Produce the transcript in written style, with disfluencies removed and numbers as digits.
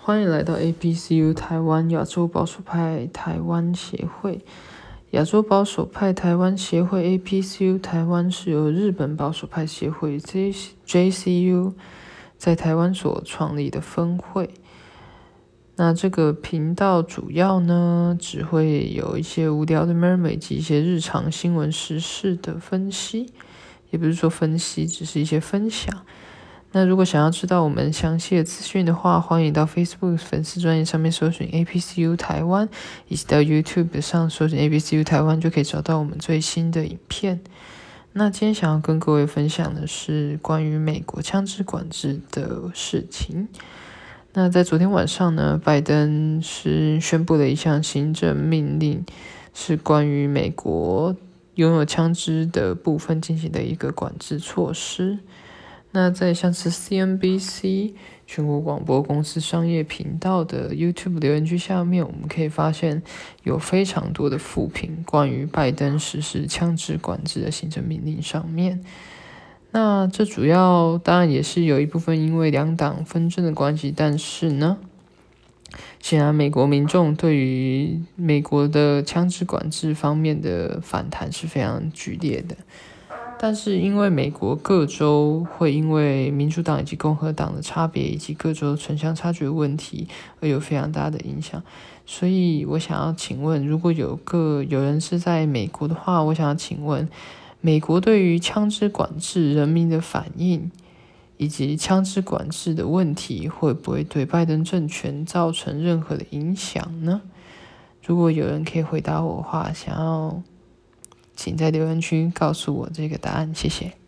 欢迎来到 APCU 台湾亚洲保守派台湾协会。亚洲保守派台湾协会 APCU 台湾是由日本保守派协会 JCU 在台湾所创立的分会。那这个频道主要呢，只会有一些无聊的 murmur 以及一些日常新闻时事的分析，也不是说分析，只是一些分享。那如果想要知道我们详细的资讯的话，欢迎到 Facebook 粉丝专页上面搜寻 APCU 台湾，以及到 YouTube 上搜寻 APCU 台湾，就可以找到我们最新的影片。那今天想要跟各位分享的是关于美国枪支管制的事情。那在昨天晚上呢，拜登是宣布了一项行政命令，是关于美国拥有枪支的部分进行的一个管制措施。那在像是 CNBC 全国广播公司商业频道的 YouTube 留言区下面，我们可以发现有非常多的负评关于拜登实施枪支管制的行政命令上面。那这主要当然也是有一部分因为两党纷争的关系，但是呢，显然美国民众对于美国的枪支管制方面的反弹是非常剧烈的。但是因为美国各州会因为民主党以及共和党的差别以及各州城乡差距的问题而有非常大的影响，所以我想要请问，如果有人是在美国的话，我想要请问，美国对于枪支管制人民的反应以及枪支管制的问题会不会对拜登政权造成任何的影响呢？如果有人可以回答我的话，请在留言区告诉我这个答案，谢谢。